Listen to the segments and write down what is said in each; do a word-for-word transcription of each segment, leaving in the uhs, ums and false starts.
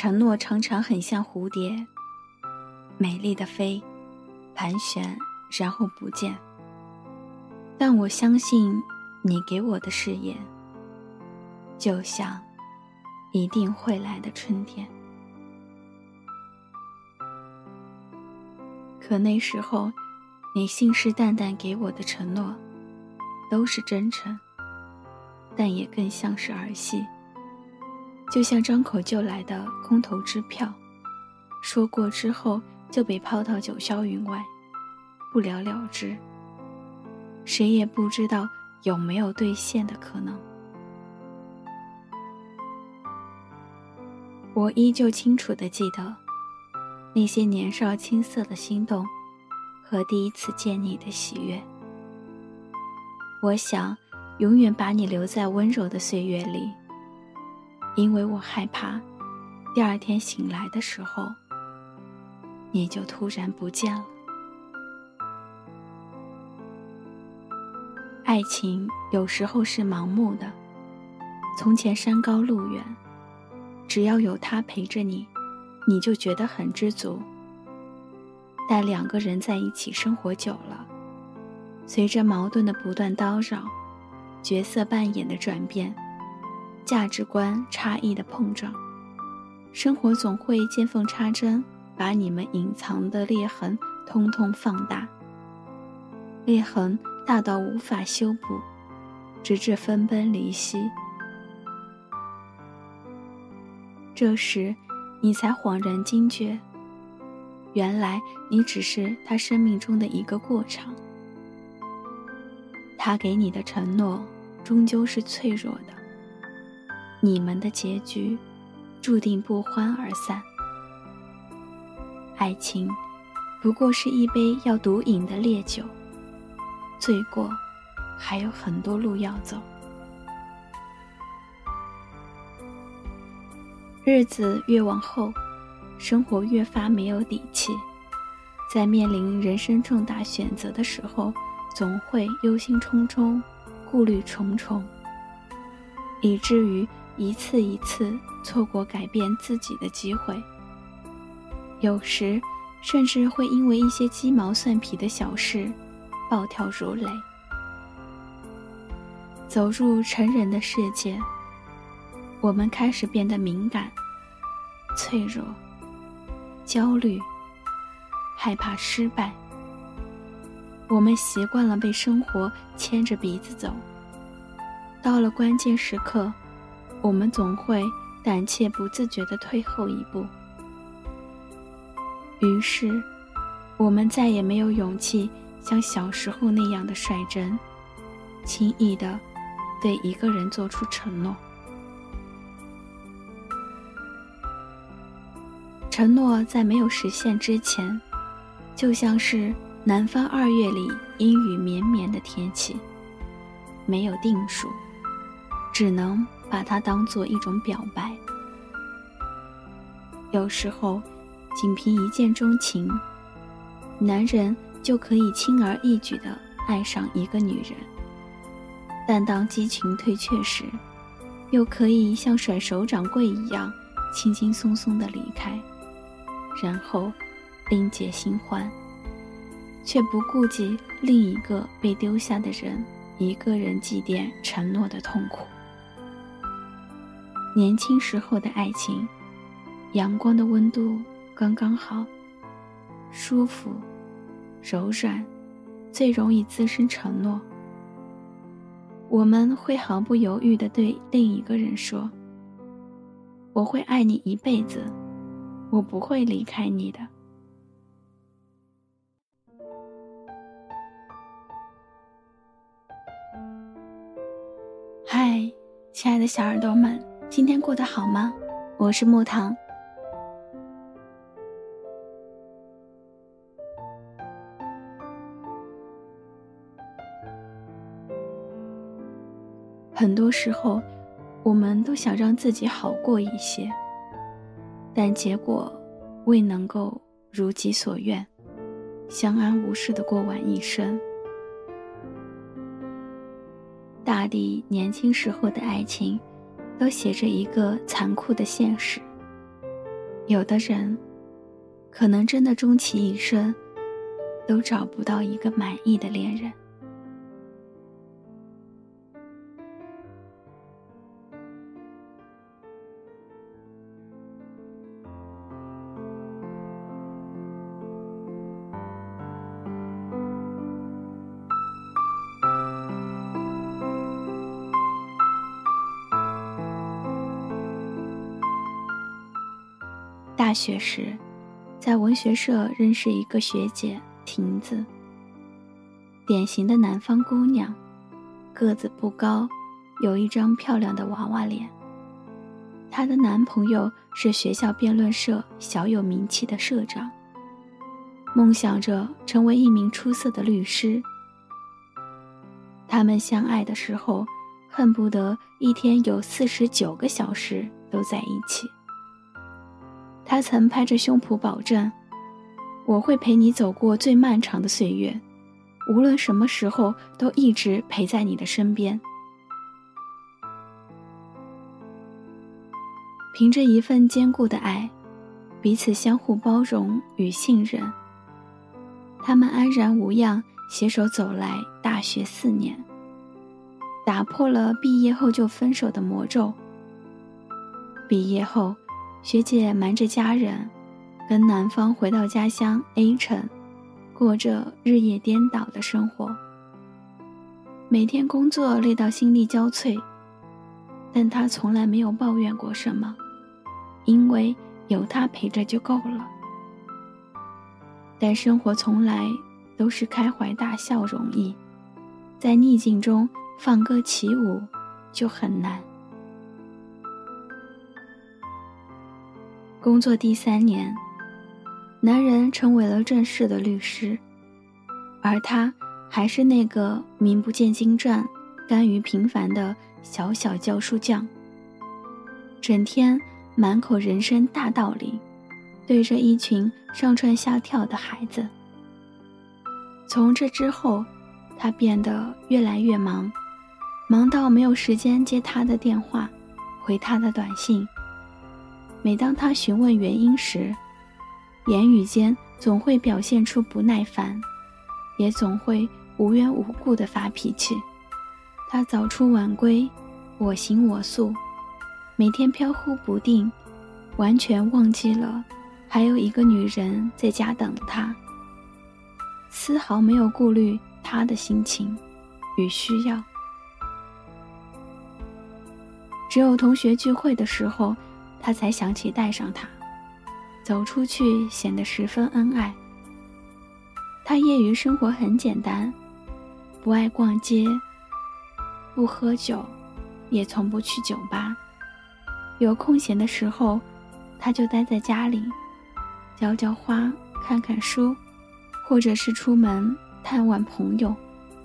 承诺常常很像蝴蝶，美丽的飞，盘旋，然后不见。但我相信你给我的誓言，就像一定会来的春天。可那时候，你信誓旦旦给我的承诺，都是真诚，但也更像是儿戏，就像张口就来的空头支票，说过之后就被抛到九霄云外，不了了之，谁也不知道有没有兑现的可能。我依旧清楚地记得那些年少青涩的心动和第一次见你的喜悦。我想永远把你留在温柔的岁月里，因为我害怕第二天醒来的时候，你就突然不见了。爱情有时候是盲目的，从前山高路远，只要有他陪着你，你就觉得很知足。但两个人在一起生活久了，随着矛盾的不断叨扰，角色扮演的转变，价值观差异的碰撞，生活总会见缝插针，把你们隐藏的裂痕通通放大。裂痕大到无法修补，直至分崩离析。这时你才恍然惊觉，原来你只是他生命中的一个过场。他给你的承诺终究是脆弱的，你们的结局注定不欢而散。爱情不过是一杯要毒瘾的烈酒，醉过还有很多路要走。日子越往后，生活越发没有底气，在面临人生重大选择的时候，总会忧心忡忡，顾虑重重，以至于一次一次错过改变自己的机会。有时甚至会因为一些鸡毛蒜皮的小事暴跳如雷。走入成人的世界，我们开始变得敏感、脆弱、焦虑，害怕失败。我们习惯了被生活牵着鼻子走，到了关键时刻，我们总会胆怯不自觉地退后一步。于是我们再也没有勇气像小时候那样的率真，轻易地对一个人做出承诺。承诺在没有实现之前，就像是南方二月里阴雨绵绵的天气，没有定数，只能把它当作一种表白。有时候仅凭一见钟情，男人就可以轻而易举地爱上一个女人，但当激情退却时，又可以像甩手掌柜一样轻轻松松地离开，然后另结新欢，却不顾及另一个被丢下的人一个人祭奠承诺的痛苦。年轻时候的爱情，阳光的温度刚刚好，舒服、柔软，最容易滋生承诺。我们会毫不犹豫地对另一个人说，我会爱你一辈子，我不会离开你的。嗨，亲爱的小耳朵们，今天过得好吗？我是木糖。很多时候，我们都想让自己好过一些，但结果未能够如己所愿，相安无事地过完一生。大抵年轻时候的爱情，都写着一个残酷的现实： 有的人可能真的终其一生都找不到一个满意的恋人。大学时，在文学社认识一个学姐亭子，典型的南方姑娘，个子不高，有一张漂亮的娃娃脸。她的男朋友是学校辩论社小有名气的社长，梦想着成为一名出色的律师。他们相爱的时候，恨不得一天有四十九个小时都在一起。他曾拍着胸脯保证，我会陪你走过最漫长的岁月，无论什么时候都一直陪在你的身边。凭着一份坚固的爱，彼此相互包容与信任，他们安然无恙携手走来大学四年，打破了毕业后就分手的魔咒。毕业后，学姐瞒着家人，跟男方回到家乡 A 城，过着日夜颠倒的生活。每天工作累到心力交瘁，但她从来没有抱怨过什么，因为有他陪着就够了。但生活从来都是开怀大笑容易，在逆境中放歌起舞就很难。工作第三年，男人成为了正式的律师，而他还是那个名不见经传、甘于平凡的小小教书匠，整天满口人生大道理，对着一群上蹿下跳的孩子。从这之后，他变得越来越忙，忙到没有时间接他的电话，回他的短信。每当他询问原因时，言语间总会表现出不耐烦，也总会无缘无故地发脾气。他早出晚归，我行我素，每天飘忽不定，完全忘记了还有一个女人在家等他，丝毫没有顾虑他的心情与需要。只有同学聚会的时候，他才想起带上他，走出去显得十分恩爱。他业余生活很简单，不爱逛街，不喝酒，也从不去酒吧。有空闲的时候，他就待在家里，浇浇花，看看书，或者是出门探望朋友。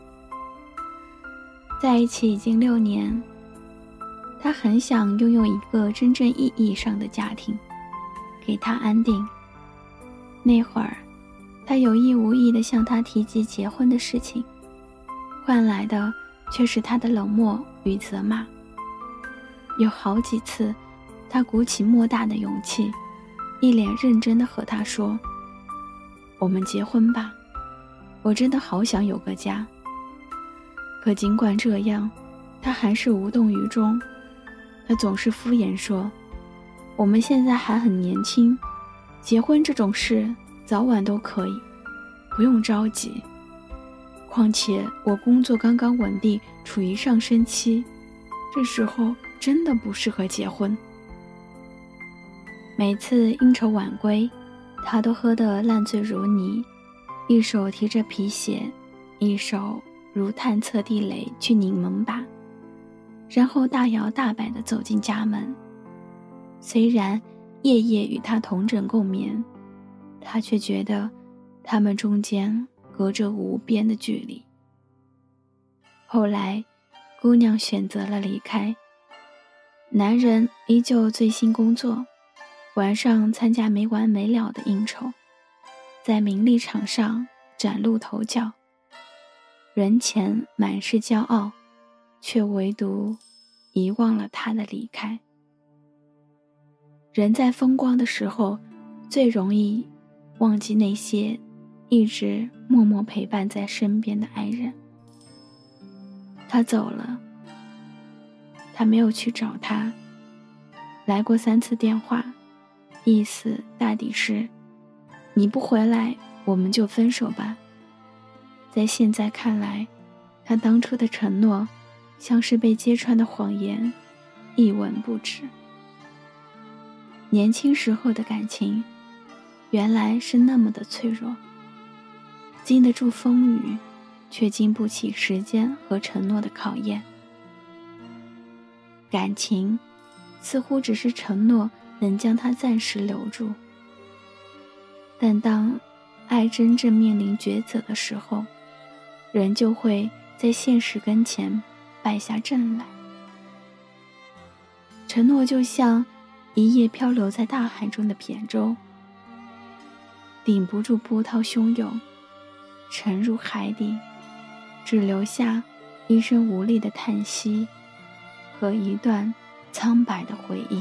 在一起已经六年，他很想拥有一个真正意义上的家庭，给他安定。那会儿，他有意无意地向他提及结婚的事情，换来的却是他的冷漠与责骂。有好几次，他鼓起莫大的勇气，一脸认真地和他说：“我们结婚吧，我真的好想有个家。”可尽管这样，他还是无动于衷。他总是敷衍说：“我们现在还很年轻，结婚这种事早晚都可以，不用着急。况且我工作刚刚稳定，处于上升期，这时候真的不适合结婚。”每次应酬晚归，他都喝得烂醉如泥，一手提着皮鞋，一手如探测地雷去拧门把，然后大摇大摆地走进家门。虽然夜夜与他同枕共眠，他却觉得他们中间隔着无边的距离。后来，姑娘选择了离开，男人依旧醉心工作，晚上参加没完没了的应酬，在名利场上崭露头角，人前满是骄傲，却唯独遗忘了他的离开。 人在风光的时候，最容易忘记那些一直默默陪伴在身边的爱人。他走了，他没有去找他，来过三次电话，意思大抵是，你不回来，我们就分手吧。在现在看来，他当初的承诺像是被揭穿的谎言，一文不值。年轻时候的感情原来是那么的脆弱，经得住风雨，却经不起时间和承诺的考验。感情似乎只是承诺能将它暂时留住，但当爱真正面临抉择的时候，人就会在现实跟前败下阵来。承诺就像一叶漂流在大海中的扁舟，顶不住波涛汹涌，沉入海底，只留下一声无力的叹息和一段苍白的回忆。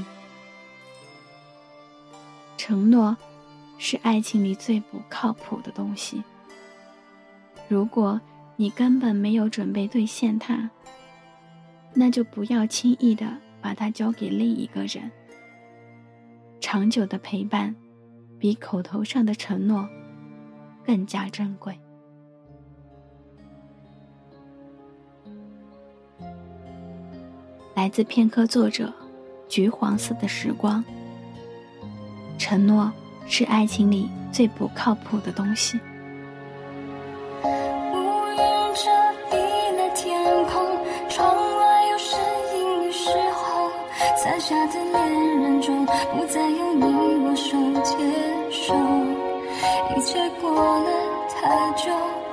承诺是爱情里最不靠谱的东西，如果你根本没有准备兑现它，那就不要轻易的把它交给另一个人。长久的陪伴比口头上的承诺更加珍贵。来自片刻作者橘黄色的时光。承诺是爱情里最不靠谱的东西。 乌云遮蔽了天空，窗外有声音的时候，洒下的恋人中不再有你我手牵手，一切过了太久，